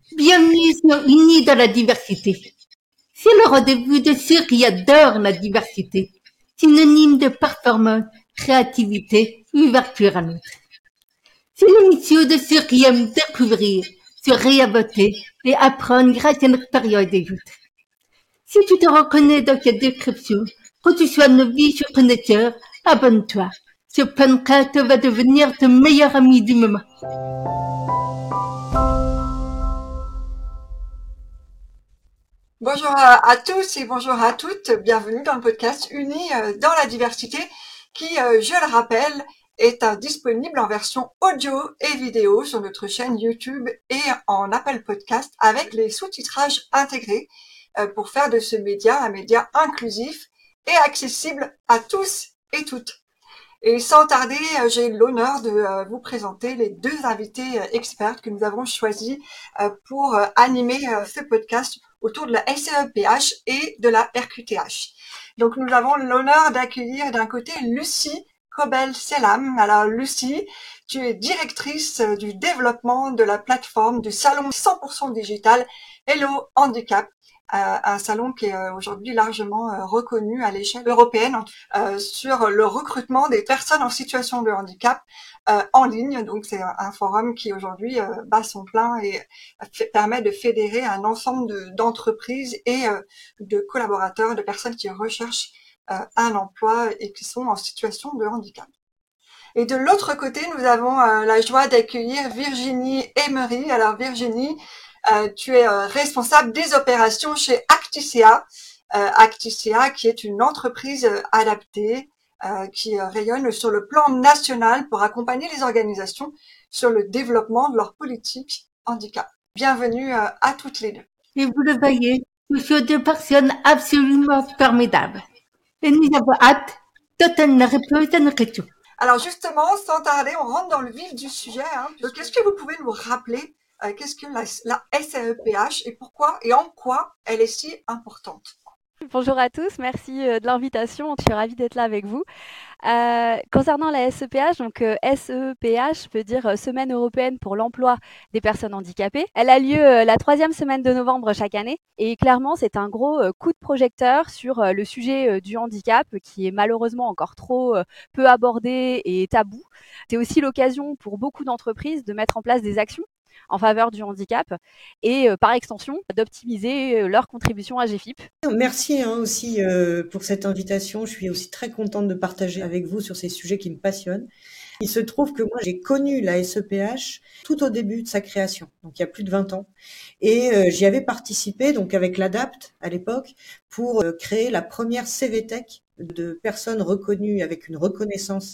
Bienvenue sur Unis dans la diversité. C'est le rendez-vous de ceux qui adorent la diversité, synonyme de performance, créativité, ouverture à l'autre. C'est l'émission de ceux qui aiment découvrir, se réinventer et apprendre grâce à notre période d'écoute. Si tu te reconnais dans cette description, que tu sois novice ou connaisseur, abonne-toi. Ce podcast va devenir ton meilleur ami du moment. Bonjour à tous et bonjour à toutes, bienvenue dans le podcast Unis dans la diversité qui, je le rappelle, est disponible en version audio et vidéo sur notre chaîne YouTube et en Apple Podcast avec les sous-titrages intégrés pour faire de ce média un média inclusif et accessible à tous et toutes. Et sans tarder, j'ai l'honneur de vous présenter les deux invités experts que nous avons choisis pour animer ce podcast autour de la SEPH et de la RQTH. Donc nous avons l'honneur d'accueillir d'un côté Lucie Kobel-Selam. Alors Lucie, tu es directrice du développement de la plateforme du salon 100% digital Hello Handicap. Un salon qui est aujourd'hui largement reconnu à l'échelle européenne sur le recrutement des personnes en situation de handicap en ligne. Donc c'est un forum qui aujourd'hui bat son plein et permet de fédérer un ensemble d'entreprises et de collaborateurs, de personnes qui recherchent un emploi et qui sont en situation de handicap. Et de l'autre côté, nous avons la joie d'accueillir Virginie Emery. Alors Virginie, tu es responsable des opérations chez Acticea. Acticea qui est une entreprise adaptée qui rayonne sur le plan national pour accompagner les organisations sur le développement de leur politique handicap. Bienvenue à toutes les deux. Et vous le voyez, nous sommes deux personnes absolument formidables. Et nous avons hâte de donner la réponse à nos questions. Alors justement, sans tarder, on rentre dans le vif du sujet. Donc, est-ce que vous pouvez nous rappeler qu'est-ce que la SEPH et pourquoi et en quoi elle est si importante? Bonjour à tous, merci de l'invitation, je suis ravie d'être là avec vous. Concernant la SEPH, donc SEPH veut dire Semaine européenne pour l'emploi des personnes handicapées. Elle a lieu la 3e semaine de novembre chaque année et clairement c'est un gros coup de projecteur sur le sujet du handicap qui est malheureusement encore trop peu abordé et tabou. C'est aussi l'occasion pour beaucoup d'entreprises de mettre en place des actions en faveur du handicap et par extension d'optimiser leur contribution à GFIP. Merci aussi pour cette invitation. Je suis aussi très contente de partager avec vous sur ces sujets qui me passionnent. Il se trouve que moi, j'ai connu la SEPH tout au début de sa création, donc il y a plus de 20 ans. Et j'y avais participé, donc avec l'ADAPT à l'époque, pour créer la première CVTech de personnes reconnues avec une reconnaissance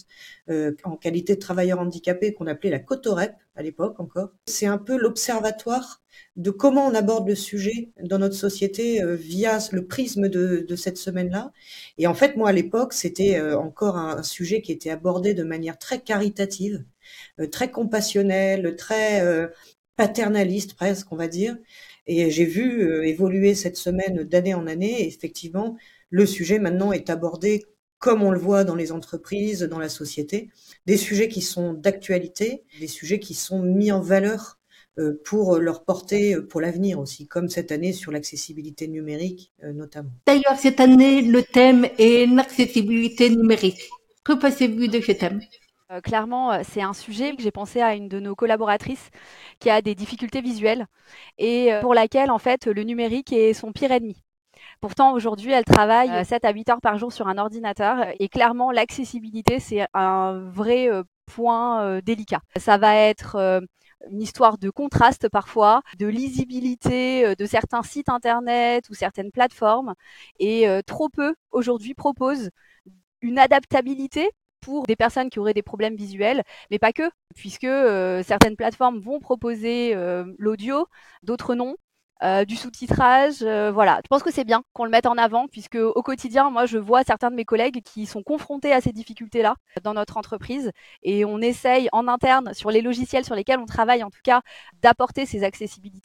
en qualité de travailleurs handicapés qu'on appelait la Cotorep à l'époque encore. C'est un peu l'observatoire de comment on aborde le sujet dans notre société via le prisme de cette semaine-là. Et en fait, moi, à l'époque, c'était encore un sujet qui était abordé de manière très caritative, très compassionnelle, très paternaliste presque, on va dire. Et j'ai vu évoluer cette semaine d'année en année. Et effectivement, le sujet maintenant est abordé comme on le voit dans les entreprises, dans la société, des sujets qui sont d'actualité, des sujets qui sont mis en valeur pour leur porter pour l'avenir aussi, comme cette année sur l'accessibilité numérique notamment. D'ailleurs, cette année, le thème est l'accessibilité numérique. Que pensez-vous de ce thème? Clairement, c'est un sujet que j'ai pensé à une de nos collaboratrices qui a des difficultés visuelles et pour laquelle, en fait, le numérique est son pire ennemi. Pourtant, aujourd'hui, elle travaille 7 à 8 heures par jour sur un ordinateur et clairement, l'accessibilité, c'est un vrai point délicat. Ça va être une histoire de contraste parfois, de lisibilité de certains sites internet ou certaines plateformes et trop peu aujourd'hui proposent une adaptabilité pour des personnes qui auraient des problèmes visuels, mais pas que, puisque certaines plateformes vont proposer l'audio, d'autres non. Du sous-titrage, voilà. Je pense que c'est bien qu'on le mette en avant puisque au quotidien, moi, je vois certains de mes collègues qui sont confrontés à ces difficultés-là dans notre entreprise et on essaye en interne sur les logiciels sur lesquels on travaille en tout cas d'apporter ces accessibilités-là.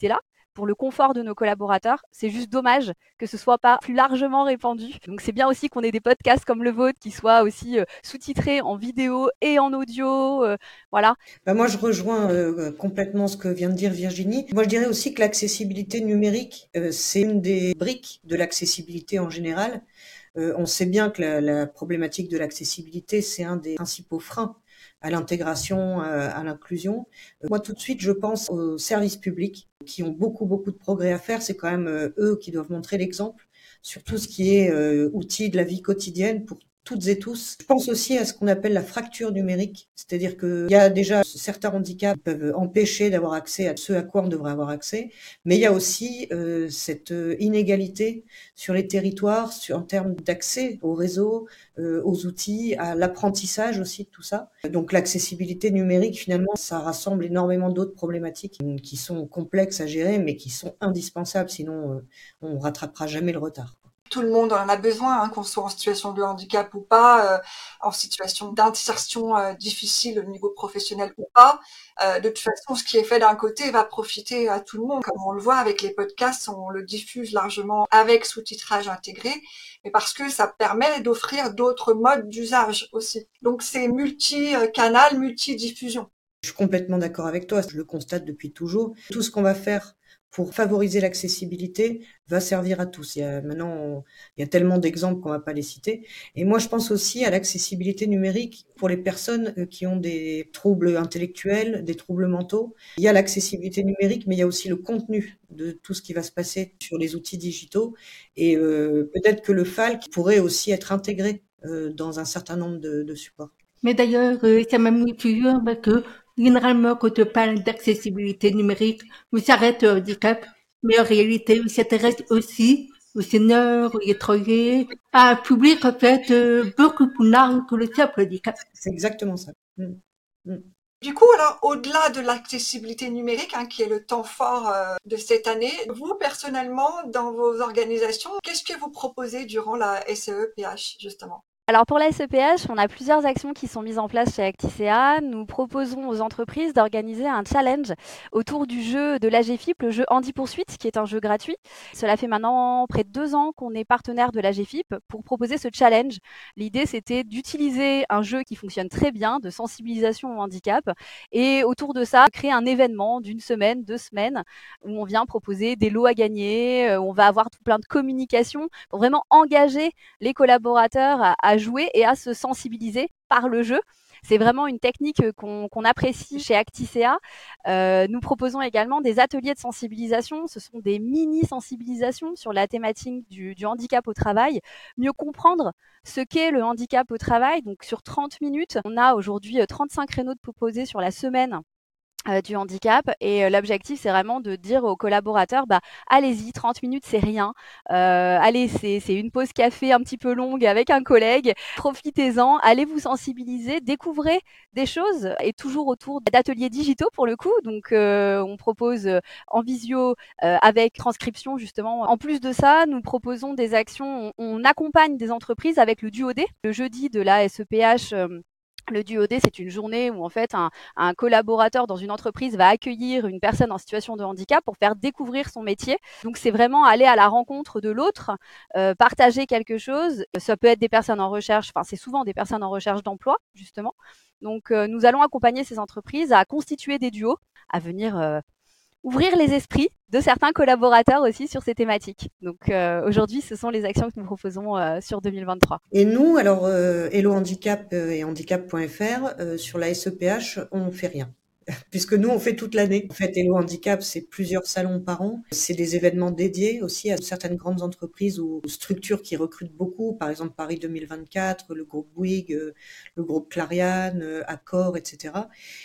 pour le confort de nos collaborateurs. C'est juste dommage que ce soit pas plus largement répandu. Donc c'est bien aussi qu'on ait des podcasts comme le vôtre qui soient aussi sous-titrés en vidéo et en audio. Voilà. Moi, je rejoins complètement ce que vient de dire Virginie. Moi, je dirais aussi que l'accessibilité numérique, c'est une des briques de l'accessibilité en général. On sait bien que la problématique de l'accessibilité, c'est un des principaux freins à l'intégration, à l'inclusion. Moi, tout de suite, je pense aux services publics qui ont beaucoup, beaucoup de progrès à faire. C'est quand même eux qui doivent montrer l'exemple sur tout ce qui est outils de la vie quotidienne pour toutes et tous. Je pense aussi à ce qu'on appelle la fracture numérique, c'est-à-dire qu'il y a déjà certains handicaps qui peuvent empêcher d'avoir accès à ce à quoi on devrait avoir accès, mais il y a aussi cette inégalité sur les territoires en termes d'accès au réseau, aux outils, à l'apprentissage aussi de tout ça. Donc l'accessibilité numérique, finalement, ça rassemble énormément d'autres problématiques qui sont complexes à gérer, mais qui sont indispensables, sinon on rattrapera jamais le retard. Tout le monde en a besoin, qu'on soit en situation de handicap ou pas, en situation d'insertion difficile au niveau professionnel ou pas. De toute façon, ce qui est fait d'un côté va profiter à tout le monde. Comme on le voit avec les podcasts, on le diffuse largement avec sous-titrage intégré, mais parce que ça permet d'offrir d'autres modes d'usage aussi. Donc c'est multi-canal, multi-diffusion. Je suis complètement d'accord avec toi, je le constate depuis toujours. Tout ce qu'on va faire pour favoriser l'accessibilité va servir à tous. Il y a tellement d'exemples qu'on va pas les citer. Et moi, je pense aussi à l'accessibilité numérique pour les personnes qui ont des troubles intellectuels, des troubles mentaux. Il y a l'accessibilité numérique, mais il y a aussi le contenu de tout ce qui va se passer sur les outils digitaux. Et peut-être que le FALC pourrait aussi être intégré dans un certain nombre de supports. Mais d'ailleurs, ça m'amuse toujours parce que généralement, quand on parle d'accessibilité numérique, on s'arrête au handicap, mais en réalité, on s'intéresse aussi aux seniors, aux étrangers, à un public en fait beaucoup plus large que le simple handicap. C'est exactement ça. Du coup, alors, au-delà de l'accessibilité numérique, qui est le temps fort de cette année, vous, personnellement, dans vos organisations, qu'est-ce que vous proposez durant la SEPH, justement ? Alors pour la SEPH, on a plusieurs actions qui sont mises en place chez Acticea. Nous proposons aux entreprises d'organiser un challenge autour du jeu de l'AGFIP, le jeu Handi Poursuite, qui est un jeu gratuit. Cela fait maintenant près de 2 ans qu'on est partenaire de l'AGFIP pour proposer ce challenge. L'idée, c'était d'utiliser un jeu qui fonctionne très bien, de sensibilisation au handicap, et autour de ça, créer un événement d'une semaine, 2 semaines, où on vient proposer des lots à gagner, où on va avoir tout plein de communication pour vraiment engager les collaborateurs à jouer et à se sensibiliser par le jeu. C'est vraiment une technique qu'on apprécie chez Acticea. Nous proposons également des ateliers de sensibilisation. Ce sont des mini-sensibilisations sur la thématique du handicap au travail. Mieux comprendre ce qu'est le handicap au travail. Donc sur 30 minutes, on a aujourd'hui 35 créneaux de proposés sur la semaine du handicap, et l'objectif, c'est vraiment de dire aux collaborateurs, allez-y, 30 minutes, c'est rien. Allez, c'est une pause café un petit peu longue avec un collègue. Profitez-en, allez vous sensibiliser, découvrez des choses, et toujours autour d'ateliers digitaux pour le coup. Donc, on propose en visio avec transcription, justement. En plus de ça, nous proposons des actions, on accompagne des entreprises avec le Duo D. Le jeudi de la SEPH, le Duo D, c'est une journée où en fait un collaborateur dans une entreprise va accueillir une personne en situation de handicap pour faire découvrir son métier. Donc c'est vraiment aller à la rencontre de l'autre, partager quelque chose. Ça peut être des personnes en recherche, enfin c'est souvent des personnes en recherche d'emploi justement. Donc nous allons accompagner ces entreprises à constituer des duos, à venir ouvrir les esprits de certains collaborateurs aussi sur ces thématiques. Donc aujourd'hui, ce sont les actions que nous proposons sur 2023. Et nous, alors Hello Handicap et handicap.fr, sur la SEPH, on fait rien. Puisque nous, on fait toute l'année. En fait, Hello Handicap, c'est plusieurs salons par an. C'est des événements dédiés aussi à certaines grandes entreprises ou structures qui recrutent beaucoup. Par exemple, Paris 2024, le groupe Bouygues, le groupe Clariane, Accor, etc.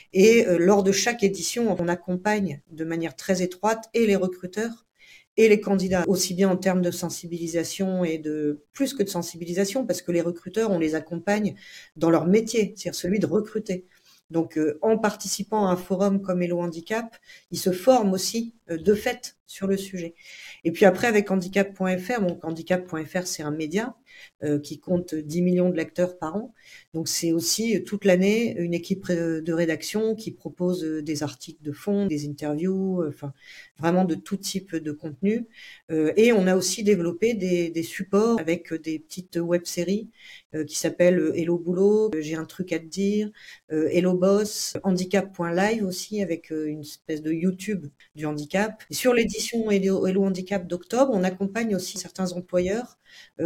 Et lors de chaque édition, on accompagne de manière très étroite et les recruteurs et les candidats, aussi bien en termes de sensibilisation et plus que de sensibilisation, parce que les recruteurs, on les accompagne dans leur métier, c'est-à-dire celui de recruter. Donc, en participant à un forum comme Hello Handicap, ils se forment aussi de fait sur le sujet. Et puis après, avec handicap.fr, donc handicap.fr, c'est un média qui compte 10 millions de lecteurs par an. Donc c'est aussi toute l'année une équipe de rédaction qui propose des articles de fond, des interviews, enfin vraiment de tout type de contenu. Et on a aussi développé des supports avec des petites web-séries qui s'appellent Hello Boulot, J'ai un truc à te dire, Hello Boss, handicap.live aussi avec une espèce de YouTube du handicap. Et sur l'édition Hello Handicap d'octobre, on accompagne aussi certains employeurs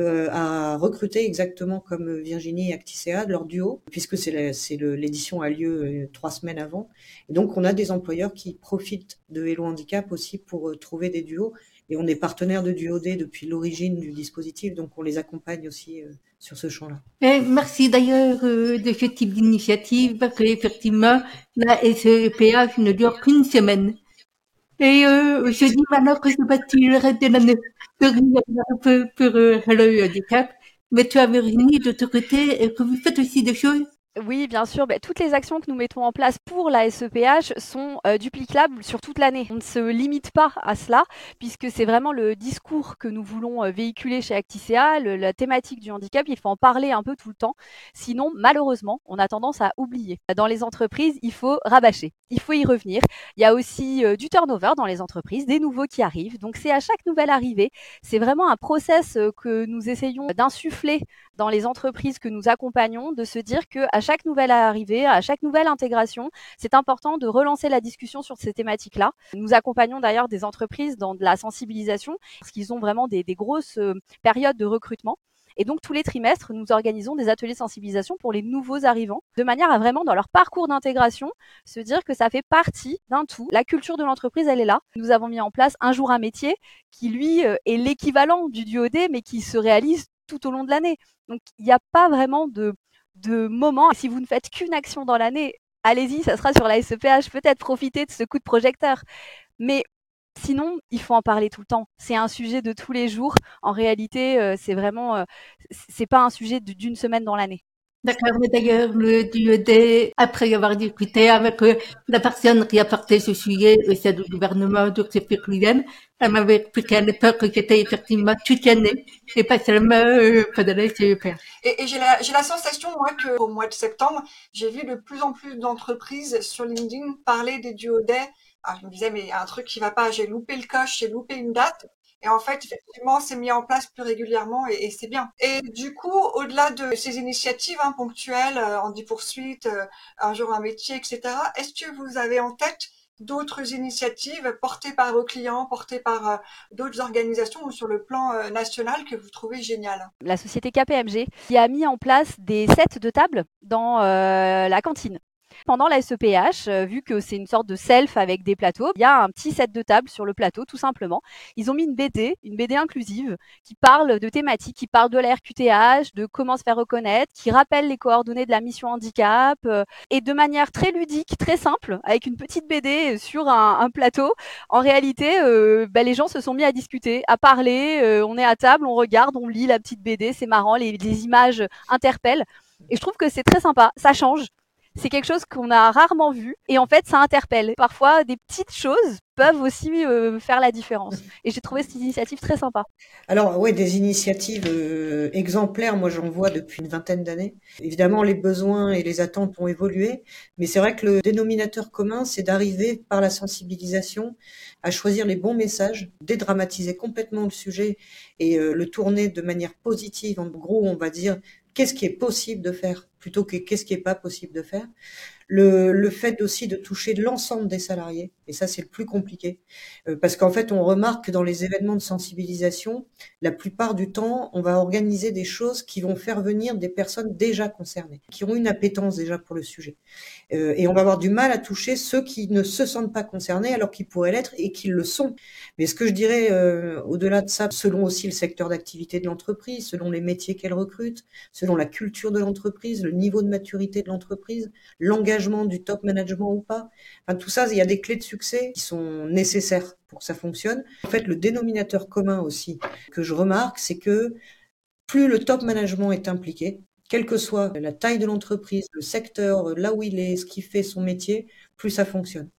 à recruter exactement comme Virginie et Acticea de leur duo, puisque l'édition a lieu 3 semaines avant. Et donc, on a des employeurs qui profitent de Hello Handicap aussi pour trouver des duos. Et on est partenaire de Duodé depuis l'origine du dispositif, donc on les accompagne aussi sur ce champ-là. Et merci d'ailleurs de ce type d'initiative, parce qu'effectivement, la SEPH ne dure qu'une semaine. Et je dis maintenant que c'est parti le reste de l'année de rire un peu pour le handicap. Mais tu as Virginie de ton côté, et que vous faites aussi des choses. Oui, bien sûr. Toutes les actions que nous mettons en place pour la SEPH sont duplicables sur toute l'année. On ne se limite pas à cela, puisque c'est vraiment le discours que nous voulons véhiculer chez Acticea, la thématique du handicap. Il faut en parler un peu tout le temps. Sinon, malheureusement, on a tendance à oublier. Dans les entreprises, il faut rabâcher. Il faut y revenir. Il y a aussi du turnover dans les entreprises, des nouveaux qui arrivent. Donc, c'est à chaque nouvelle arrivée. C'est vraiment un process que nous essayons d'insuffler dans les entreprises que nous accompagnons, de se dire qu'à chaque nouvelle arrivée, à chaque nouvelle intégration, c'est important de relancer la discussion sur ces thématiques-là. Nous accompagnons d'ailleurs des entreprises dans de la sensibilisation, parce qu'ils ont vraiment des grosses périodes de recrutement. Et donc, tous les trimestres, nous organisons des ateliers de sensibilisation pour les nouveaux arrivants, de manière à vraiment, dans leur parcours d'intégration, se dire que ça fait partie d'un tout. La culture de l'entreprise, elle est là. Nous avons mis en place un jour un métier qui, lui, est l'équivalent du Duodé, mais qui se réalise tout au long de l'année. Donc, il n'y a pas vraiment de moment. Si vous ne faites qu'une action dans l'année, allez-y, ça sera sur la SEPH. Peut-être profiter de ce coup de projecteur. Mais sinon, il faut en parler tout le temps. C'est un sujet de tous les jours. En réalité, c'est pas un sujet d'une semaine dans l'année. D'accord, mais d'ailleurs, le DED, après avoir discuté avec la personne qui a porté ce sujet, c'est du gouvernement, donc c'est Firlienne, elle m'avait expliqué à l'époque que j'étais effectivement toute l'année, et pas seulement pendant la CEPH. Et j'ai la sensation, moi, qu'au mois de septembre, j'ai vu de plus en plus d'entreprises sur LinkedIn parler des duodais. Alors, je me disais, mais il y a un truc qui va pas, j'ai loupé le coche, j'ai loupé une date. Et en fait, effectivement, c'est mis en place plus régulièrement et c'est bien. Et du coup, au-delà de ces initiatives ponctuelles, Handi Poursuite, un jour un métier, etc., est-ce que vous avez en tête d'autres initiatives portées par vos clients, portées par d'autres organisations ou sur le plan national que vous trouvez géniales? La société KPMG qui a mis en place des sets de table dans la cantine. Pendant la SEPH, vu que c'est une sorte de self avec des plateaux, il y a un petit set de table sur le plateau, tout simplement. Ils ont mis une BD inclusive, qui parle de thématiques, qui parle de la RQTH, de comment se faire reconnaître, qui rappelle les coordonnées de la mission handicap, et de manière très ludique, très simple, avec une petite BD sur un plateau. En réalité, les gens se sont mis à discuter, à parler, on est à table, on regarde, on lit la petite BD, c'est marrant, les images interpellent. Et je trouve que c'est très sympa, ça change. C'est quelque chose qu'on a rarement vu et en fait, ça interpelle. Parfois, des petites choses peuvent aussi faire la différence. Et j'ai trouvé cette initiative très sympa. Alors, ouais, des initiatives exemplaires, moi j'en vois depuis une vingtaine d'années. Évidemment, les besoins et les attentes ont évolué, mais c'est vrai que le dénominateur commun, c'est d'arriver par la sensibilisation à choisir les bons messages, dédramatiser complètement le sujet et le tourner de manière positive. En gros, on va dire qu'est-ce qui est possible de faire plutôt que qu'est-ce qui est pas possible de faire. Le fait aussi de toucher l'ensemble des salariés, et ça c'est le plus compliqué, parce qu'en fait on remarque que dans les événements de sensibilisation, la plupart du temps, on va organiser des choses qui vont faire venir des personnes déjà concernées, qui ont une appétence déjà pour le sujet. Et on va avoir du mal à toucher ceux qui ne se sentent pas concernés alors qu'ils pourraient l'être et qu'ils le sont. Mais ce que je dirais au-delà de ça, selon aussi le secteur d'activité de l'entreprise, selon les métiers qu'elle recrute, selon la culture de l'entreprise, le niveau de maturité de l'entreprise, l'engagement du top management ou pas, enfin, tout ça, il y a des clés de succès qui sont nécessaires pour que ça fonctionne. En fait, le dénominateur commun aussi que je remarque, c'est que plus le top management est impliqué, quelle que soit la taille de l'entreprise, le secteur, là où il est, ce qu'il fait, son métier, plus ça fonctionne.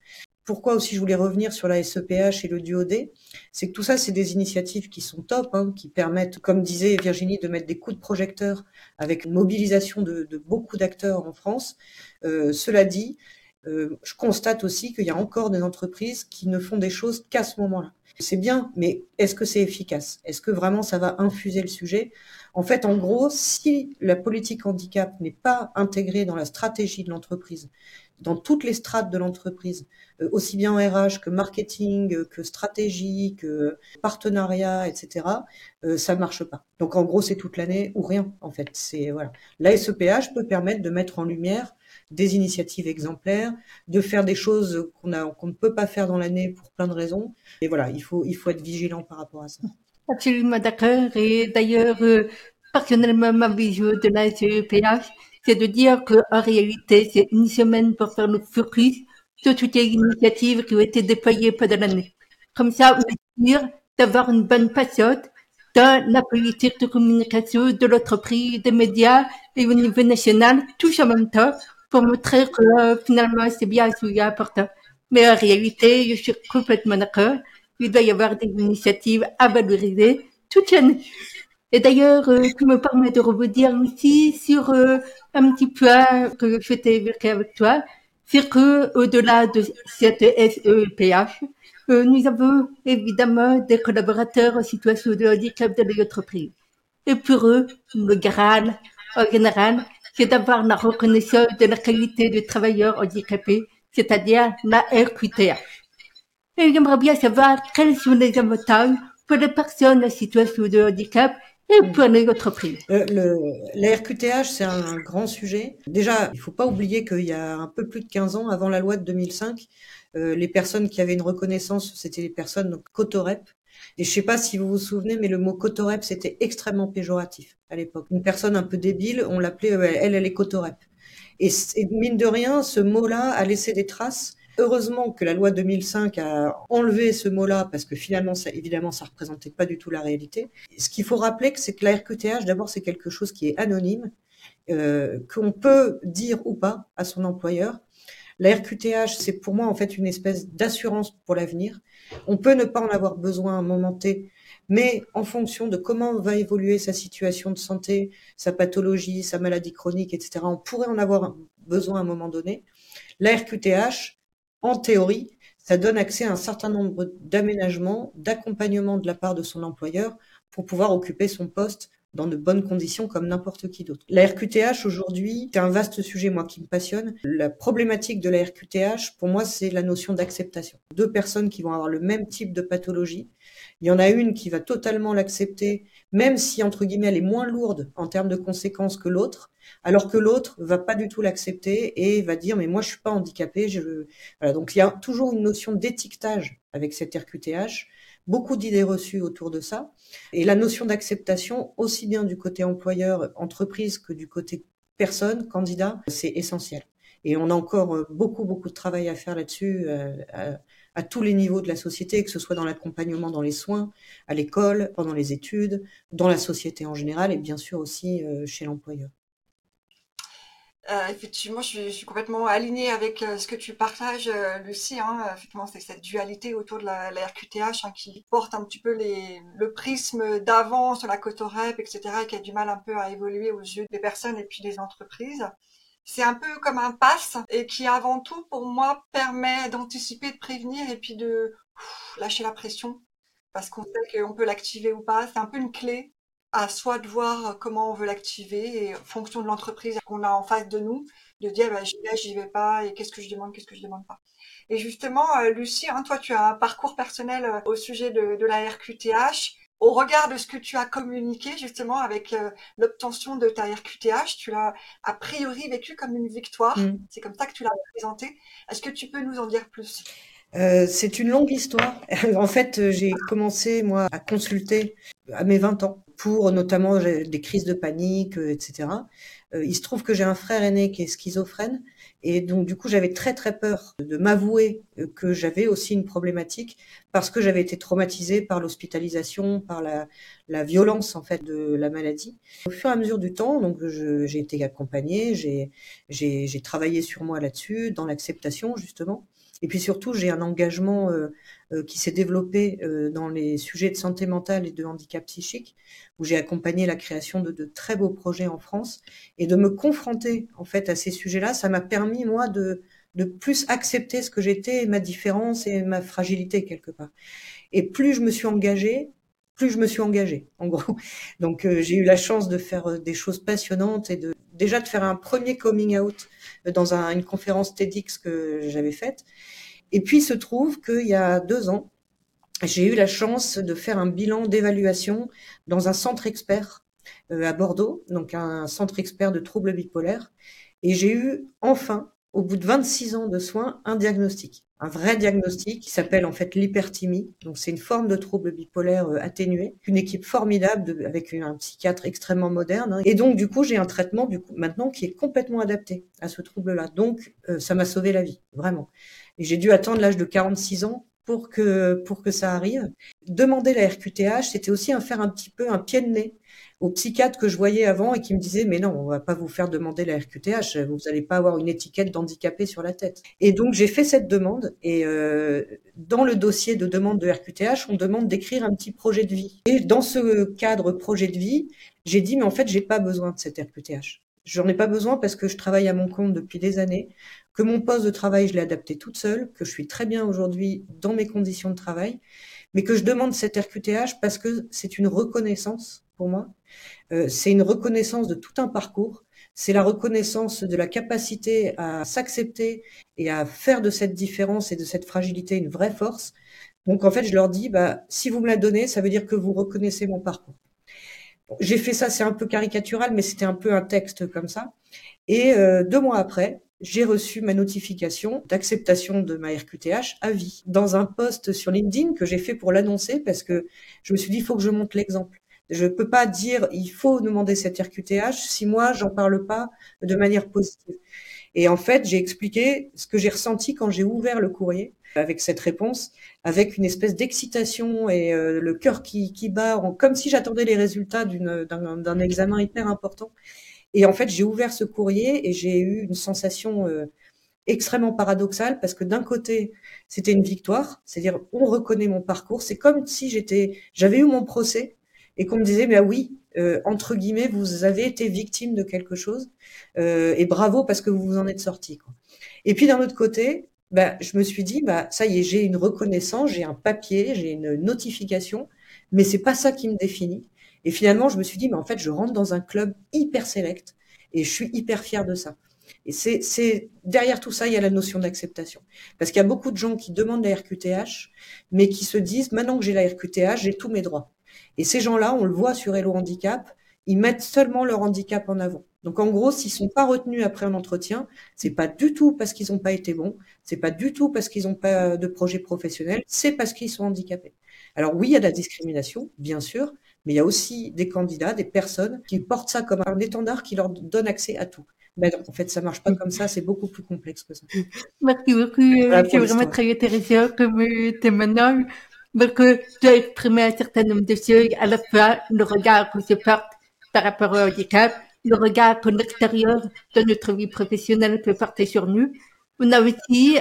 Pourquoi aussi je voulais revenir sur la SEPH et le DuoD, c'est que tout ça, c'est des initiatives qui sont top, hein, qui permettent, comme disait Virginie, de mettre des coups de projecteur avec une mobilisation de beaucoup d'acteurs en France. Cela dit, je constate aussi qu'il y a encore des entreprises qui ne font des choses qu'à ce moment-là. C'est bien, mais est-ce que c'est efficace? Est-ce que vraiment ça va infuser le sujet? En fait, en gros, si la politique handicap n'est pas intégrée dans la stratégie de l'entreprise, dans toutes les strates de l'entreprise, aussi bien en RH que marketing, que stratégie, que partenariat, etc., ça marche pas. Donc en gros, c'est toute l'année ou rien, en fait. C'est voilà. La SEPH peut permettre de mettre en lumière des initiatives exemplaires, de faire des choses qu'on ne peut pas faire dans l'année pour plein de raisons. Et voilà, il faut être vigilant par rapport à ça. Absolument d'accord. Et d'ailleurs, personnellement, ma vision de la CEPH, c'est de dire qu'en réalité, c'est une semaine pour faire le focus sur toutes les initiatives qui ont été déployées pendant l'année. Comme ça, on est sûr d'avoir une bonne patiente dans la politique de communication de l'entreprise, des médias et au niveau national, tous en même temps, pour montrer que finalement, c'est bien ce qui est important. Mais en réalité, je suis complètement d'accord. Il doit y avoir des initiatives à valoriser toute l'année. Et d'ailleurs, tu me permets de rebondir aussi sur un petit point que je souhaitais évoquer avec toi, c'est que au-delà de cette SEPH, nous avons évidemment des collaborateurs en situation de handicap de l'entreprise. Et pour eux, le Graal, en général, c'est d'avoir la reconnaissance de la qualité de travailleur handicapé, c'est-à-dire la RQTH. Et j'aimerais bien savoir quels sont les avantages pour les personnes en situation de handicap et pour les entreprises. La RQTH, c'est un grand sujet. Déjà, il faut pas oublier qu'il y a un peu plus de 15 ans, avant la loi de 2005, les personnes qui avaient une reconnaissance, c'était les personnes donc cotorep. Et je sais pas si vous vous souvenez, mais le mot cotorep, c'était extrêmement péjoratif à l'époque. Une personne un peu débile, on l'appelait, elle est cotorep. Et mine de rien, ce mot-là a laissé des traces. Heureusement que la loi 2005 a enlevé ce mot-là parce que finalement, évidemment, ça représentait pas du tout la réalité. Ce qu'il faut rappeler, c'est que la RQTH, d'abord, c'est quelque chose qui est anonyme, qu'on peut dire ou pas à son employeur. La RQTH, c'est pour moi en fait une espèce d'assurance pour l'avenir. On peut ne pas en avoir besoin à un moment T, mais en fonction de comment va évoluer sa situation de santé, sa pathologie, sa maladie chronique, etc., on pourrait en avoir besoin à un moment donné. La RQTH, en théorie, ça donne accès à un certain nombre d'aménagements, d'accompagnement de la part de son employeur pour pouvoir occuper son poste dans de bonnes conditions comme n'importe qui d'autre. La RQTH aujourd'hui, c'est un vaste sujet, moi, qui me passionne. La problématique de la RQTH, pour moi, c'est la notion d'acceptation. Deux personnes qui vont avoir le même type de pathologie. Il y en a une qui va totalement l'accepter, même si, entre guillemets, elle est moins lourde en termes de conséquences que l'autre, alors que l'autre va pas du tout l'accepter et va dire, mais moi, je suis pas handicapé. Voilà. Donc, il y a toujours une notion d'étiquetage avec cette RQTH, beaucoup d'idées reçues autour de ça. Et la notion d'acceptation, aussi bien du côté employeur, entreprise, que du côté personne, candidat, c'est essentiel. Et on a encore beaucoup, beaucoup de travail à faire là-dessus, à tous les niveaux de la société, que ce soit dans l'accompagnement dans les soins, à l'école, pendant les études, dans la société en général et bien sûr aussi chez l'employeur. Effectivement, je suis complètement alignée avec ce que tu partages, Lucie. Hein. Effectivement, c'est cette dualité autour de la RQTH qui porte un petit peu le prisme d'avant sur la cotorep, etc., et qui a du mal un peu à évoluer aux yeux des personnes et puis des entreprises. C'est un peu comme un pass et qui, avant tout, pour moi, permet d'anticiper, de prévenir et puis de lâcher la pression parce qu'on sait qu'on peut l'activer ou pas. C'est un peu une clé à soi de voir comment on veut l'activer et en fonction de l'entreprise qu'on a en face de nous, de dire bah, j'y vais pas et qu'est-ce que je demande pas. Et justement, Lucie, hein, toi tu as un parcours personnel au sujet de la RQTH. Au regard de ce que tu as communiqué justement avec l'obtention de ta RQTH, tu l'as a priori vécu comme une victoire. C'est comme ça que tu l'as présenté. Est-ce que tu peux nous en dire plus? C'est une longue histoire. En fait, j'ai commencé, moi, à consulter à mes 20 ans pour notamment des crises de panique, etc. Il se trouve que j'ai un frère aîné qui est schizophrène et donc du coup, j'avais très très peur de m'avouer que j'avais aussi une problématique parce que j'avais été traumatisée par l'hospitalisation, par la violence en fait de la maladie. Au fur et à mesure du temps, donc j'ai été accompagnée, j'ai travaillé sur moi là-dessus, dans l'acceptation justement. Et puis surtout, j'ai un engagement qui s'est développé dans les sujets de santé mentale et de handicap psychique, où j'ai accompagné la création de très beaux projets en France. Et de me confronter en fait à ces sujets-là, ça m'a permis, moi, de plus accepter ce que j'étais, ma différence et ma fragilité quelque part. Et plus je me suis engagée, en gros. Donc, j'ai eu la chance de faire des choses passionnantes et déjà de faire un premier coming out dans une conférence TEDx que j'avais faite. Et puis, il se trouve qu'il y a 2 ans, j'ai eu la chance de faire un bilan d'évaluation dans un centre expert à Bordeaux, donc un centre expert de troubles bipolaires. Et j'ai eu enfin, au bout de 26 ans de soins, un diagnostic. Un vrai diagnostic qui s'appelle en fait l'hyperthymie. Donc c'est une forme de trouble bipolaire atténué. Une équipe formidable avec un psychiatre extrêmement moderne. Et donc du coup j'ai un traitement maintenant qui est complètement adapté à ce trouble-là. Donc ça m'a sauvé la vie, vraiment. Et j'ai dû attendre l'âge de 46 ans pour que ça arrive. Demander la RQTH, c'était aussi faire un petit peu un pied de nez aux psychiatres que je voyais avant et qui me disaient mais non, on va pas vous faire demander la RQTH, vous n'allez pas avoir une étiquette d'handicapé sur la tête. Et donc j'ai fait cette demande et dans le dossier de demande de RQTH, on demande d'écrire un petit projet de vie. Et dans ce cadre projet de vie, j'ai dit mais en fait j'ai pas besoin de cette RQTH. J'en ai pas besoin parce que je travaille à mon compte depuis des années, que mon poste de travail je l'ai adapté toute seule, que je suis très bien aujourd'hui dans mes conditions de travail, mais que je demande cette RQTH parce que c'est une reconnaissance pour moi. C'est une reconnaissance de tout un parcours. C'est la reconnaissance de la capacité à s'accepter et à faire de cette différence et de cette fragilité une vraie force. Donc en fait, je leur dis, si vous me la donnez, ça veut dire que vous reconnaissez mon parcours. J'ai fait ça, c'est un peu caricatural, mais c'était un peu un texte comme ça. Et 2 mois après, j'ai reçu ma notification d'acceptation de ma RQTH à vie dans un post sur LinkedIn que j'ai fait pour l'annoncer parce que je me suis dit, il faut que je montre l'exemple. Je peux pas dire, il faut demander cette RQTH si moi, j'en parle pas de manière positive. Et en fait, j'ai expliqué ce que j'ai ressenti quand j'ai ouvert le courrier avec cette réponse, avec une espèce d'excitation et le cœur qui bat, comme si j'attendais les résultats d'un examen hyper important. Et en fait, j'ai ouvert ce courrier et j'ai eu une sensation extrêmement paradoxale parce que d'un côté, c'était une victoire, c'est-à-dire on reconnaît mon parcours. C'est comme si j'avais eu mon procès et qu'on me disait, mais oui, entre guillemets, vous avez été victime de quelque chose et bravo parce que vous vous en êtes sorti, quoi. Et puis d'un autre côté, je me suis dit, ça y est, j'ai une reconnaissance, j'ai un papier, j'ai une notification, mais c'est pas ça qui me définit. Et finalement, je me suis dit, mais en fait, je rentre dans un club hyper select et je suis hyper fière de ça. Et derrière tout ça, il y a la notion d'acceptation. Parce qu'il y a beaucoup de gens qui demandent la RQTH, mais qui se disent, maintenant que j'ai la RQTH, j'ai tous mes droits. Et ces gens-là, on le voit sur Hello Handicap, ils mettent seulement leur handicap en avant. Donc en gros, s'ils sont pas retenus après un entretien, c'est pas du tout parce qu'ils n'ont pas été bons, c'est pas du tout parce qu'ils n'ont pas de projet professionnel, c'est parce qu'ils sont handicapés. Alors oui, il y a de la discrimination, bien sûr, mais il y a aussi des candidats, des personnes qui portent ça comme un étendard qui leur donne accès à tout. Mais non, en fait, ça marche pas comme ça, c'est beaucoup plus complexe que ça. Merci beaucoup, Voilà c'est pour vraiment l'histoire. très intéressant comme témoignage. Donc, tu as exprimé un certain nombre de choses, à la fois le regard qu'on se porte par rapport au handicap, le regard que l'extérieur de notre vie professionnelle peut porter sur nous. On a aussi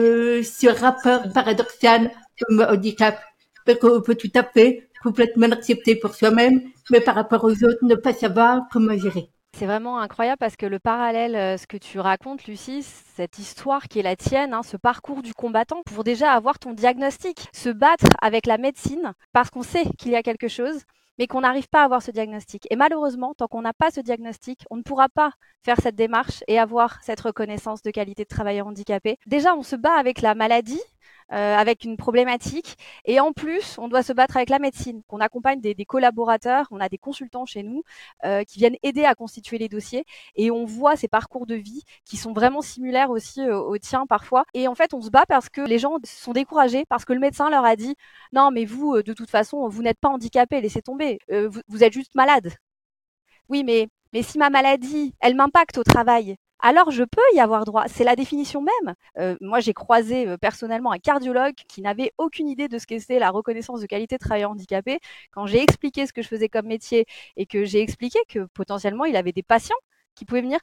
ce rapport paradoxal comme handicap, parce qu'on peut tout à fait complètement l'accepter pour soi-même, mais par rapport aux autres, ne pas savoir comment gérer. C'est vraiment incroyable parce que le parallèle, ce que tu racontes, Lucie, cette histoire qui est la tienne, hein, ce parcours du combattant pour déjà avoir ton diagnostic, se battre avec la médecine parce qu'on sait qu'il y a quelque chose, mais qu'on n'arrive pas à avoir ce diagnostic. Et malheureusement, tant qu'on n'a pas ce diagnostic, on ne pourra pas faire cette démarche et avoir cette reconnaissance de qualité de travailleur handicapé. Déjà, on se bat avec la maladie, avec une problématique. Et en plus, on doit se battre avec la médecine. On accompagne des collaborateurs, on a des consultants chez nous qui viennent aider à constituer les dossiers. Et on voit ces parcours de vie qui sont vraiment similaires aussi aux tiens parfois. Et en fait, on se bat parce que les gens sont découragés, parce que le médecin leur a dit « Non, mais vous, de toute façon, vous n'êtes pas handicapé, laissez tomber, vous êtes juste malade. » Oui, mais si ma maladie, elle m'impacte au travail, alors je peux y avoir droit. C'est la définition même. Moi, j'ai croisé personnellement un cardiologue qui n'avait aucune idée de ce qu'était la reconnaissance de qualité de travailleur handicapé. Quand j'ai expliqué ce que je faisais comme métier et que j'ai expliqué que potentiellement il avait des patients qui pouvaient venir,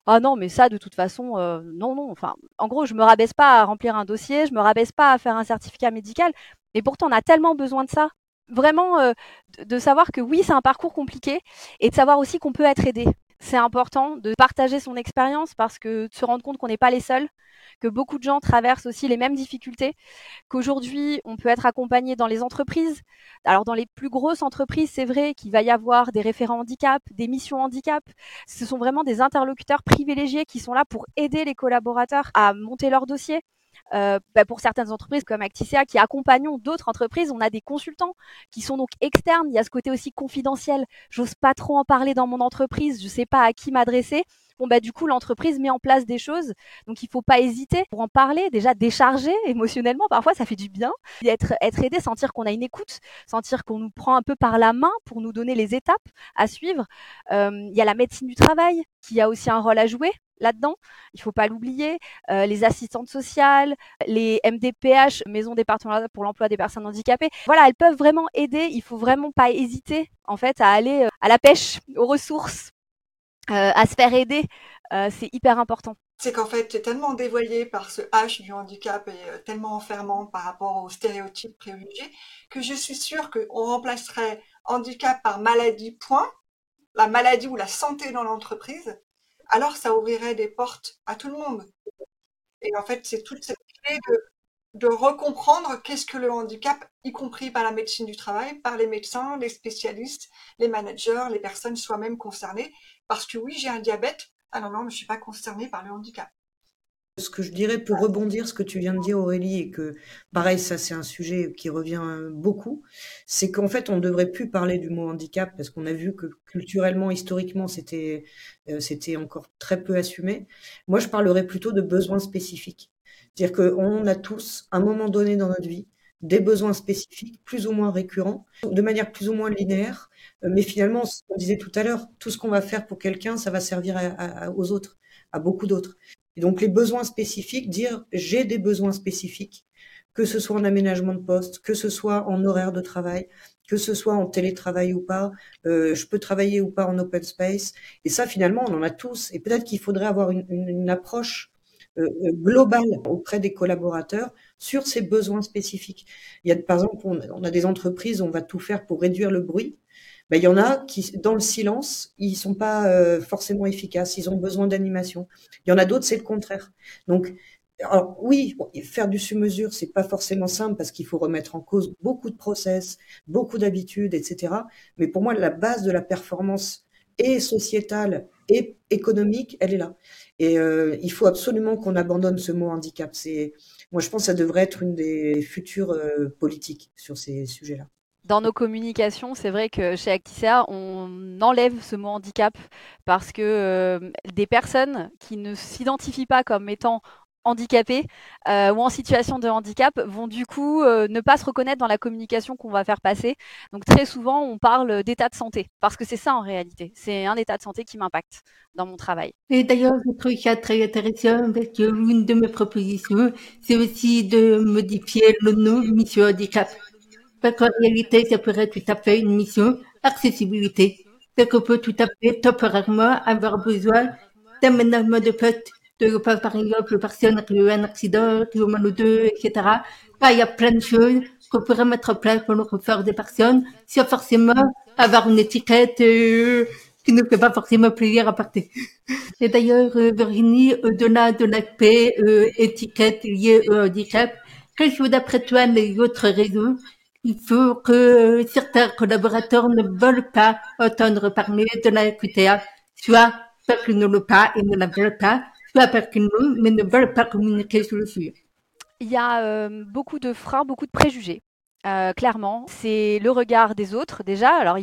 Ah non, mais ça, de toute façon, non, non. Enfin, en gros, je me rabaisse pas à remplir un dossier, je me rabaisse pas à faire un certificat médical, mais pourtant, on a tellement besoin de ça. Vraiment, de savoir que oui, c'est un parcours compliqué et de savoir aussi qu'on peut être aidé. C'est important de partager son expérience parce que de se rendre compte qu'on n'est pas les seuls, que beaucoup de gens traversent aussi les mêmes difficultés, qu'aujourd'hui, on peut être accompagné dans les entreprises. Alors, dans les plus grosses entreprises, c'est vrai qu'il va y avoir des référents handicap, des missions handicap. Ce sont vraiment des interlocuteurs privilégiés qui sont là pour aider les collaborateurs à monter leur dossier. Pour certaines entreprises comme Acticea qui accompagnons d'autres entreprises, on a des consultants qui sont donc externes. Il y a ce côté aussi confidentiel. J'ose pas trop en parler dans mon entreprise, je sais pas à qui m'adresser. Bon, du coup, l'entreprise met en place des choses. Donc, il faut pas hésiter pour en parler. Déjà, décharger émotionnellement, parfois, ça fait du bien. Être aidé, sentir qu'on a une écoute, sentir qu'on nous prend un peu par la main pour nous donner les étapes à suivre. Il y a la médecine du travail qui a aussi un rôle à jouer là-dedans. Il faut pas l'oublier. Les assistantes sociales, les MDPH, Maison départementale pour l'emploi des personnes handicapées. Voilà, elles peuvent vraiment aider. Il faut vraiment pas hésiter, en fait, à aller à la pêche, aux ressources, à se faire aider. C'est hyper important. C'est qu'en fait, tu es tellement dévoyé par ce H du handicap et tellement enfermant par rapport aux stéréotypes privilégiés que je suis sûre qu'on remplacerait handicap par maladie, point, la maladie ou la santé dans l'entreprise, alors ça ouvrirait des portes à tout le monde. Et en fait, c'est toute cette clé de recomprendre qu'est-ce que le handicap, y compris par la médecine du travail, par les médecins, les spécialistes, les managers, les personnes soi-même concernées. Parce que oui, j'ai un diabète. Ah non, non, mais je ne suis pas concernée par le handicap. Ce que je dirais pour rebondir ce que tu viens de dire, Aurélie, et que pareil, ça c'est un sujet qui revient beaucoup, c'est qu'en fait on ne devrait plus parler du mot handicap parce qu'on a vu que culturellement, historiquement, c'était encore très peu assumé. Moi, je parlerais plutôt de besoins spécifiques. C'est-à-dire qu'on a tous, à un moment donné dans notre vie, des besoins spécifiques, plus ou moins récurrents, de manière plus ou moins linéaire, mais finalement, ce qu'on disait tout à l'heure, tout ce qu'on va faire pour quelqu'un, ça va servir aux autres, à beaucoup d'autres. Et donc les besoins spécifiques, dire j'ai des besoins spécifiques, que ce soit en aménagement de poste, que ce soit en horaire de travail, que ce soit en télétravail ou pas, je peux travailler ou pas en open space. Et ça, finalement, on en a tous. Et peut-être qu'il faudrait avoir une approche globale auprès des collaborateurs sur ces besoins spécifiques. Il y a, par exemple, on a des entreprises, on va tout faire pour réduire le bruit. Ben, il y en a qui, dans le silence, ils sont pas forcément efficaces. Ils ont besoin d'animation. Il y en a d'autres, c'est le contraire. Donc, alors oui, faire du sur-mesure, c'est pas forcément simple parce qu'il faut remettre en cause beaucoup de process, beaucoup d'habitudes, etc. Mais pour moi, la base de la performance et sociétale et économique, elle est là. Et il faut absolument qu'on abandonne ce mot handicap. Moi, je pense que ça devrait être une des futures politiques sur ces sujets-là. Dans nos communications, c'est vrai que chez Acticea, on enlève ce mot handicap parce que des personnes qui ne s'identifient pas comme étant handicapées ou en situation de handicap vont du coup ne pas se reconnaître dans la communication qu'on va faire passer. Donc très souvent, on parle d'état de santé parce que c'est ça en réalité. C'est un état de santé qui m'impacte dans mon travail. Et d'ailleurs, je trouve ça très intéressant parce que l'une de mes propositions, c'est aussi de modifier le nom mission handicap. Parce qu'en réalité, ça pourrait être tout à fait une mission accessibilité. C'est qu'on peut tout à fait temporairement avoir besoin d'aménagement de poste, par exemple, personne qui a eu un accident, qui a eu mal au dos, etc. Là, il y a plein de choses qu'on pourrait mettre en place pour le confort des personnes, sans forcément avoir une étiquette qui ne fait pas forcément plaisir à porter. Et d'ailleurs, Virginie, au-delà de l'aspect étiquette liée au handicap, quelles sont d'après toi les autres raisons il faut que certains collaborateurs ne veulent pas entendre parler de la QTA, soit parce qu'ils ne l'ont pas et ne la veulent pas, soit parce qu'ils l'ont mais ne veulent pas communiquer sur le sujet. Il y a beaucoup de freins, beaucoup de préjugés. Clairement, c'est le regard des autres déjà. Alors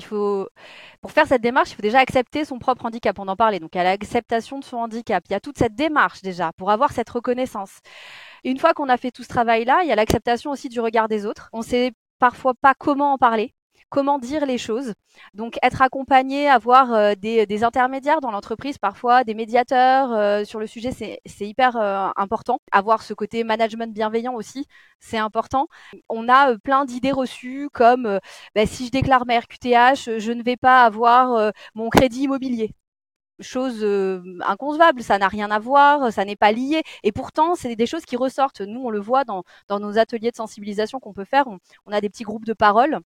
pour faire cette démarche, il faut déjà accepter son propre handicap. On en parlait, donc il y a l'acceptation de son handicap. Il y a toute cette démarche déjà pour avoir cette reconnaissance. Et une fois qu'on a fait tout ce travail-là, il y a l'acceptation aussi du regard des autres. On sait parfois pas comment en parler, comment dire les choses. Donc être accompagné, avoir des intermédiaires dans l'entreprise, parfois des médiateurs sur le sujet, c'est hyper important. Avoir ce côté management bienveillant aussi, c'est important. On a plein d'idées reçues comme si je déclare ma RQTH, je ne vais pas avoir mon crédit immobilier. chose inconcevable, ça n'a rien à voir, ça n'est pas lié. Et pourtant, c'est des choses qui ressortent. Nous, on le voit dans nos ateliers de sensibilisation qu'on peut faire. On a des petits groupes de parole.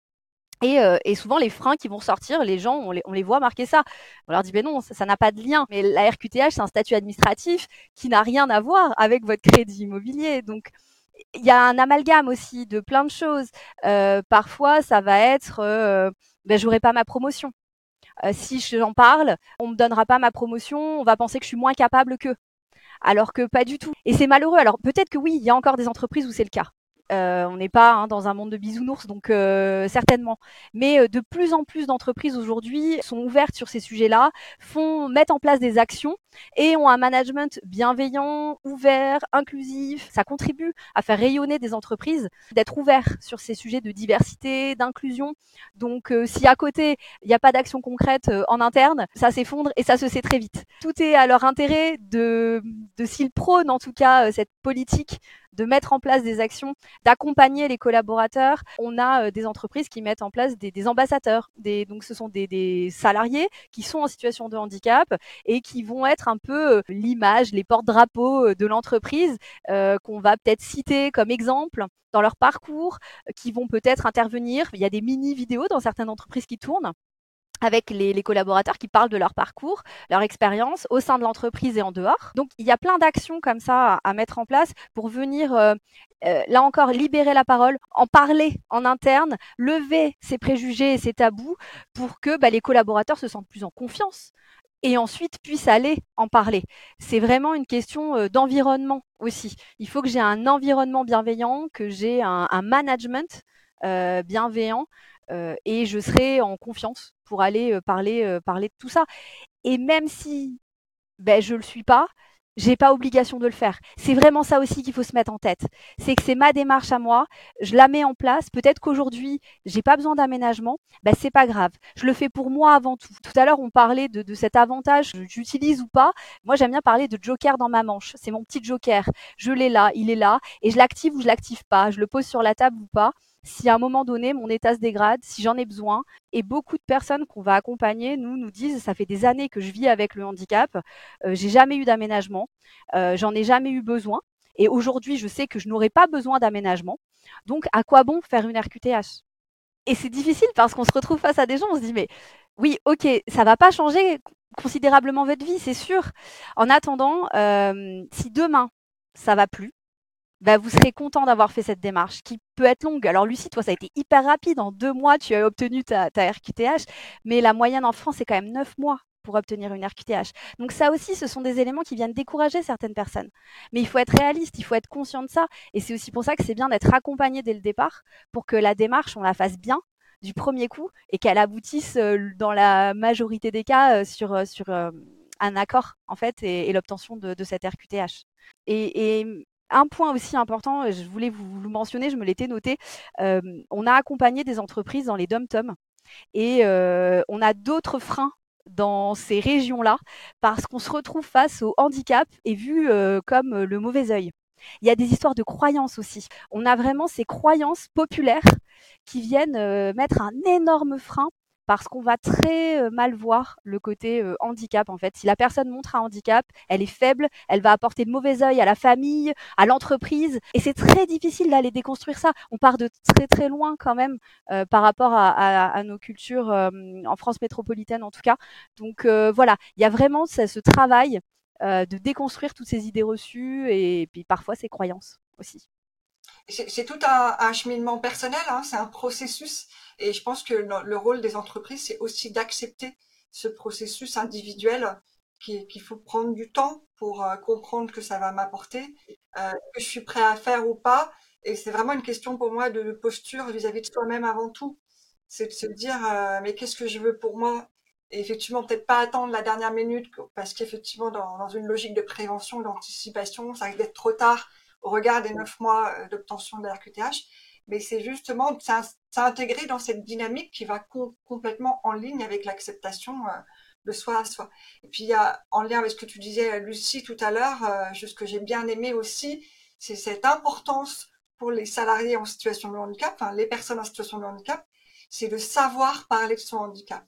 Et souvent, les freins qui vont sortir, les gens, on les voit marquer ça. On leur dit, ben non, ça n'a pas de lien. Mais la RQTH, c'est un statut administratif qui n'a rien à voir avec votre crédit immobilier. Donc, il y a un amalgame aussi de plein de choses. Parfois, ça va être, ben, j'aurai pas ma promotion. Si j'en parle, on me donnera pas ma promotion, on va penser que je suis moins capable qu'eux. Alors que pas du tout. Et c'est malheureux. Alors peut-être que oui, il y a encore des entreprises où c'est le cas. On n'est pas dans un monde de bisounours, donc certainement. Mais de plus en plus d'entreprises aujourd'hui sont ouvertes sur ces sujets-là, mettent en place des actions et ont un management bienveillant, ouvert, inclusif. Ça contribue à faire rayonner des entreprises, d'être ouvert sur ces sujets de diversité, d'inclusion. Donc si à côté, il n'y a pas d'action concrète en interne, ça s'effondre et ça se sait très vite. Tout est à leur intérêt s'ils prônent en tout cas cette politique de mettre en place des actions, d'accompagner les collaborateurs. On a des entreprises qui mettent en place des ambassadeurs. Donc ce sont des salariés qui sont en situation de handicap et qui vont être un peu l'image, les porte-drapeaux de l'entreprise qu'on va peut-être citer comme exemple dans leur parcours, qui vont peut-être intervenir. Il y a des mini-vidéos dans certaines entreprises qui tournent avec les collaborateurs qui parlent de leur parcours, leur expérience au sein de l'entreprise et en dehors. Donc, il y a plein d'actions comme ça à mettre en place pour venir, là encore, libérer la parole, en parler en interne, lever ces préjugés et ces tabous pour que les collaborateurs se sentent plus en confiance et ensuite puissent aller en parler. C'est vraiment une question d'environnement aussi. Il faut que j'ai un environnement bienveillant, que j'ai un management bienveillant et je serai en confiance pour aller parler de tout ça. Et même si je le suis pas, j'ai pas obligation de le faire. C'est vraiment ça aussi qu'il faut se mettre en tête. C'est que c'est ma démarche à moi, je la mets en place. Peut-être qu'aujourd'hui, j'ai pas besoin d'aménagement, c'est pas grave. Je le fais pour moi avant tout. Tout à l'heure, on parlait de cet avantage, j'utilise ou pas. Moi, j'aime bien parler de joker dans ma manche. C'est mon petit joker. Je l'ai là, il est là, et je l'active ou je l'active pas. Je le pose sur la table ou pas. Si à un moment donné, mon état se dégrade, si j'en ai besoin, et beaucoup de personnes qu'on va accompagner nous disent, ça fait des années que je vis avec le handicap, j'ai jamais eu d'aménagement, j'en ai jamais eu besoin. Et aujourd'hui, je sais que je n'aurai pas besoin d'aménagement. Donc, à quoi bon faire une RQTH? Et c'est difficile parce qu'on se retrouve face à des gens, on se dit, mais oui, ok, ça va pas changer considérablement votre vie, c'est sûr. En attendant, si demain, ça va plus, vous serez content d'avoir fait cette démarche qui peut être longue. Alors Lucie, toi, ça a été hyper rapide. En 2 mois, tu as obtenu ta RQTH, mais la moyenne en France, c'est quand même 9 mois pour obtenir une RQTH. Donc ça aussi, ce sont des éléments qui viennent décourager certaines personnes. Mais il faut être réaliste, il faut être conscient de ça. Et c'est aussi pour ça que c'est bien d'être accompagné dès le départ pour que la démarche, on la fasse bien du premier coup et qu'elle aboutisse dans la majorité des cas sur un accord en fait et l'obtention de cette RQTH. Et un point aussi important, je voulais vous le mentionner, je me l'étais noté, on a accompagné des entreprises dans les DOM-TOM et on a d'autres freins dans ces régions-là parce qu'on se retrouve face au handicap et vu comme le mauvais œil. Il y a des histoires de croyances aussi. On a vraiment ces croyances populaires qui viennent mettre un énorme frein parce qu'on va très mal voir le côté handicap en fait. Si la personne montre un handicap, elle est faible, elle va apporter le mauvais œil à la famille, à l'entreprise, et c'est très difficile d'aller déconstruire ça. On part de très très loin quand même par rapport à nos cultures en France métropolitaine en tout cas. Donc voilà, il y a vraiment ce travail de déconstruire toutes ces idées reçues et puis parfois ces croyances aussi. C'est tout un cheminement personnel, hein, c'est un processus. Et je pense que le rôle des entreprises, c'est aussi d'accepter ce processus individuel qu'il faut prendre du temps pour comprendre que ça va m'apporter, que je suis prêt à faire ou pas. Et c'est vraiment une question pour moi de posture vis-à-vis de soi-même avant tout. C'est de se dire, mais qu'est-ce que je veux pour moi? Et effectivement, peut-être pas attendre la dernière minute, parce qu'effectivement, dans une logique de prévention, d'anticipation, ça risque d'être trop tard au regard des 9 mois d'obtention de la RQTH, mais c'est justement s'intégrer dans cette dynamique qui va complètement en ligne avec l'acceptation de soi à soi. Et puis, il y a, en lien avec ce que tu disais, Lucie, tout à l'heure, ce que j'ai bien aimé aussi, c'est cette importance pour les salariés en situation de handicap, enfin les personnes en situation de handicap, c'est de savoir parler de son handicap.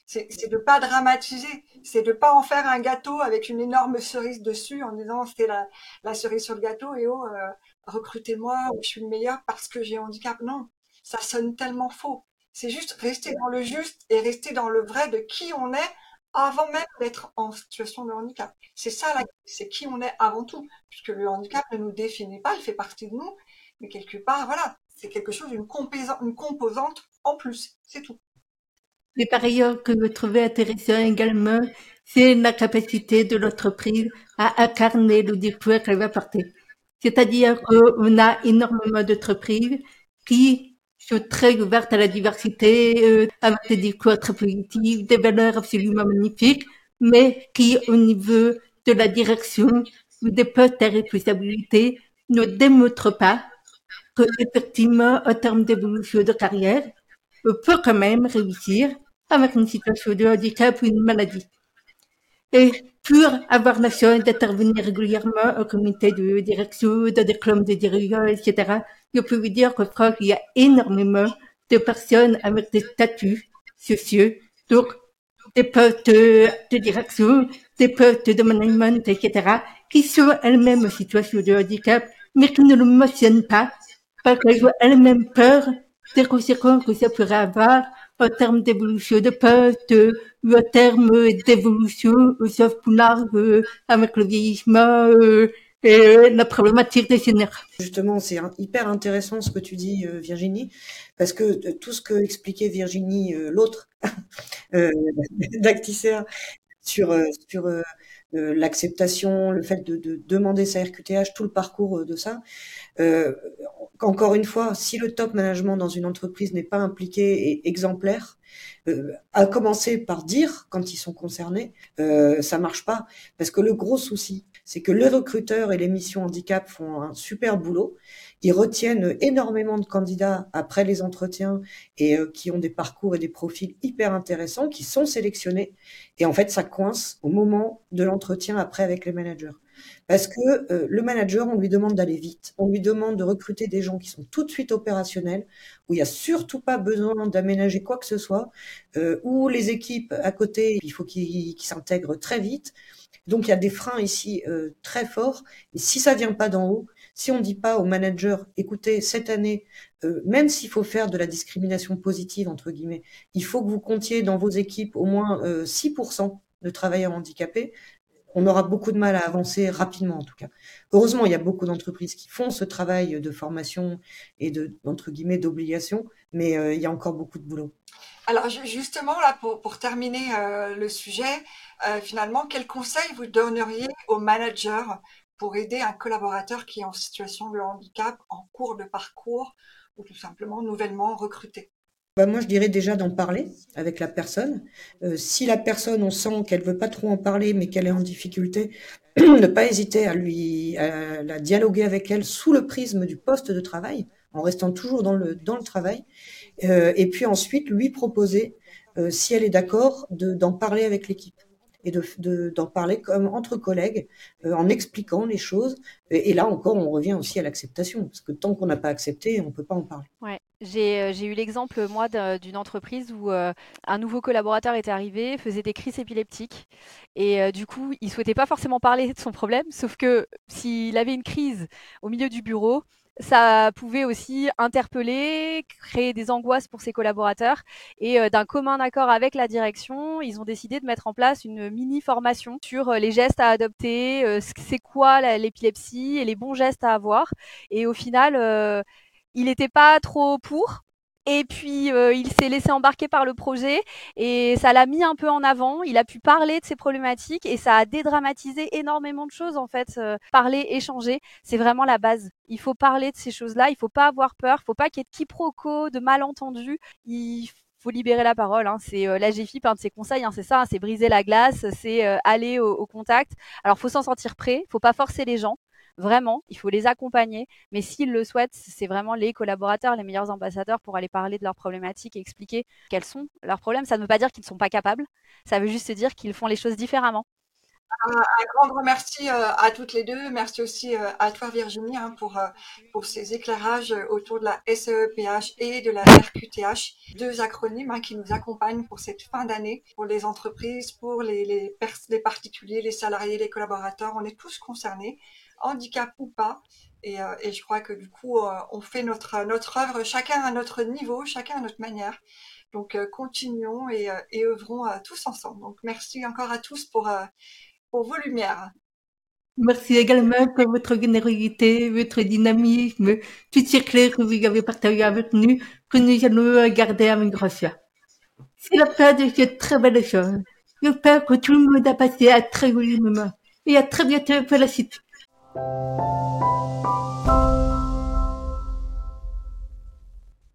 C'est de pas dramatiser, c'est de pas en faire un gâteau avec une énorme cerise dessus en disant c'est la cerise sur le gâteau et recrutez-moi ou je suis le meilleur parce que j'ai un handicap. Non, ça sonne tellement faux. C'est juste rester dans le juste et rester dans le vrai de qui on est avant même d'être en situation de handicap. C'est ça, c'est qui on est avant tout, puisque le handicap ne nous définit pas, il fait partie de nous, mais quelque part, voilà, c'est quelque chose, une composante en plus, c'est tout. Et par ailleurs, que je trouvais intéressant également, c'est la capacité de l'entreprise à incarner le discours qu'elle va porter. C'est-à-dire qu'on a énormément d'entreprises qui sont très ouvertes à la diversité, avec des discours très positifs, des valeurs absolument magnifiques, mais qui, au niveau de la direction ou des postes à responsabilité, ne démontrent pas que, effectivement, en termes d'évolution de carrière, on peut quand même réussir avec une situation de handicap ou une maladie. Et pour avoir la chance d'intervenir régulièrement au comité de direction, dans des clubs de dirigeants, etc., je peux vous dire que France, il y a énormément de personnes avec des statuts sociaux, donc des postes de direction, des postes de management, etc., qui sont elles-mêmes en situation de handicap, mais qui ne le mentionnent pas parce qu'elles ont elles-mêmes peur des conséquences que ça pourrait avoir en termes d'évolution de poste, ou en termes d'évolution au sens plus large avec le vieillissement et la problématique des génères. Justement, c'est hyper intéressant ce que tu dis, Virginie, parce que tout ce que expliquait Virginie, l'autre, d'Actisser, sur l'acceptation, le fait de demander sa RQTH, tout le parcours de ça. Encore une fois, si le top management dans une entreprise n'est pas impliqué et exemplaire, à commencer par dire quand ils sont concernés, ça marche pas. Parce que le gros souci, c'est que les recruteurs et les missions handicap font un super boulot. Ils retiennent énormément de candidats après les entretiens et qui ont des parcours et des profils hyper intéressants, qui sont sélectionnés. Et en fait, ça coince au moment de l'entretien après avec les managers. Parce que le manager, on lui demande d'aller vite, on lui demande de recruter des gens qui sont tout de suite opérationnels, où il n'y a surtout pas besoin d'aménager quoi que ce soit, où les équipes à côté, il faut qu'ils s'intègrent très vite. Donc il y a des freins ici très forts. Et si ça vient pas d'en haut, si on dit pas au manager, écoutez, cette année, même s'il faut faire de la discrimination positive, entre guillemets, il faut que vous comptiez dans vos équipes au moins 6% de travailleurs handicapés, on aura beaucoup de mal à avancer rapidement, en tout cas. Heureusement, il y a beaucoup d'entreprises qui font ce travail de formation et entre guillemets, d'obligation, mais il y a encore beaucoup de boulot. Alors justement, là, pour terminer le sujet, finalement, quel conseil vous donneriez aux managers pour aider un collaborateur qui est en situation de handicap, en cours de parcours ou tout simplement nouvellement recruté? Moi, je dirais déjà d'en parler avec la personne. Si la personne, on sent qu'elle veut pas trop en parler, mais qu'elle est en difficulté, ne pas hésiter à la dialoguer avec elle sous le prisme du poste de travail, en restant toujours dans le travail. Et puis ensuite, lui proposer, si elle est d'accord, d'en parler avec l'équipe et d'en parler comme entre collègues, en expliquant les choses. Et là encore, on revient aussi à l'acceptation, parce que tant qu'on n'a pas accepté, on peut pas en parler. Ouais. J'ai eu l'exemple, moi, d'une entreprise où un nouveau collaborateur était arrivé, faisait des crises épileptiques. Et du coup, il souhaitait pas forcément parler de son problème, sauf que s'il avait une crise au milieu du bureau, ça pouvait aussi interpeller, créer des angoisses pour ses collaborateurs. Et d'un commun accord avec la direction, ils ont décidé de mettre en place une mini formation sur les gestes à adopter, c'est quoi l'épilepsie et les bons gestes à avoir. Et au final, il n'était pas trop pour. Et puis, il s'est laissé embarquer par le projet et ça l'a mis un peu en avant. Il a pu parler de ses problématiques et ça a dédramatisé énormément de choses, en fait. Parler, échanger, c'est vraiment la base. Il faut parler de ces choses-là, il faut pas avoir peur, il faut pas qu'il y ait de quiproquos, de malentendus. Il faut libérer la parole, hein. C'est l'AGFIP, un de ses conseils, hein, c'est ça, hein, c'est briser la glace, c'est aller au contact. Alors, faut s'en sentir prêt, faut pas forcer les gens. Vraiment, il faut les accompagner. Mais s'ils le souhaitent, c'est vraiment les collaborateurs, les meilleurs ambassadeurs pour aller parler de leurs problématiques et expliquer quels sont leurs problèmes. Ça ne veut pas dire qu'ils ne sont pas capables. Ça veut juste dire qu'ils font les choses différemment. Un grand merci à toutes les deux. Merci aussi à toi Virginie pour ces éclairages autour de la SEPH et de la RQTH, deux acronymes qui nous accompagnent pour cette fin d'année, pour les entreprises, pour les particuliers, les salariés, les collaborateurs. On est tous concernés, handicap ou pas. Et je crois que du coup, on fait notre œuvre, chacun à notre niveau, chacun à notre manière. Donc continuons et œuvrons tous ensemble. Donc merci encore à tous pour vos lumières. Merci également pour votre générosité, votre dynamisme, toutes ces clés que vous avez partagées avec nous, que nous allons garder avec grand soin. C'est la fin de cette très belle chose. J'espère que tout le monde a passé un très joli moment. Et à très bientôt pour la suite.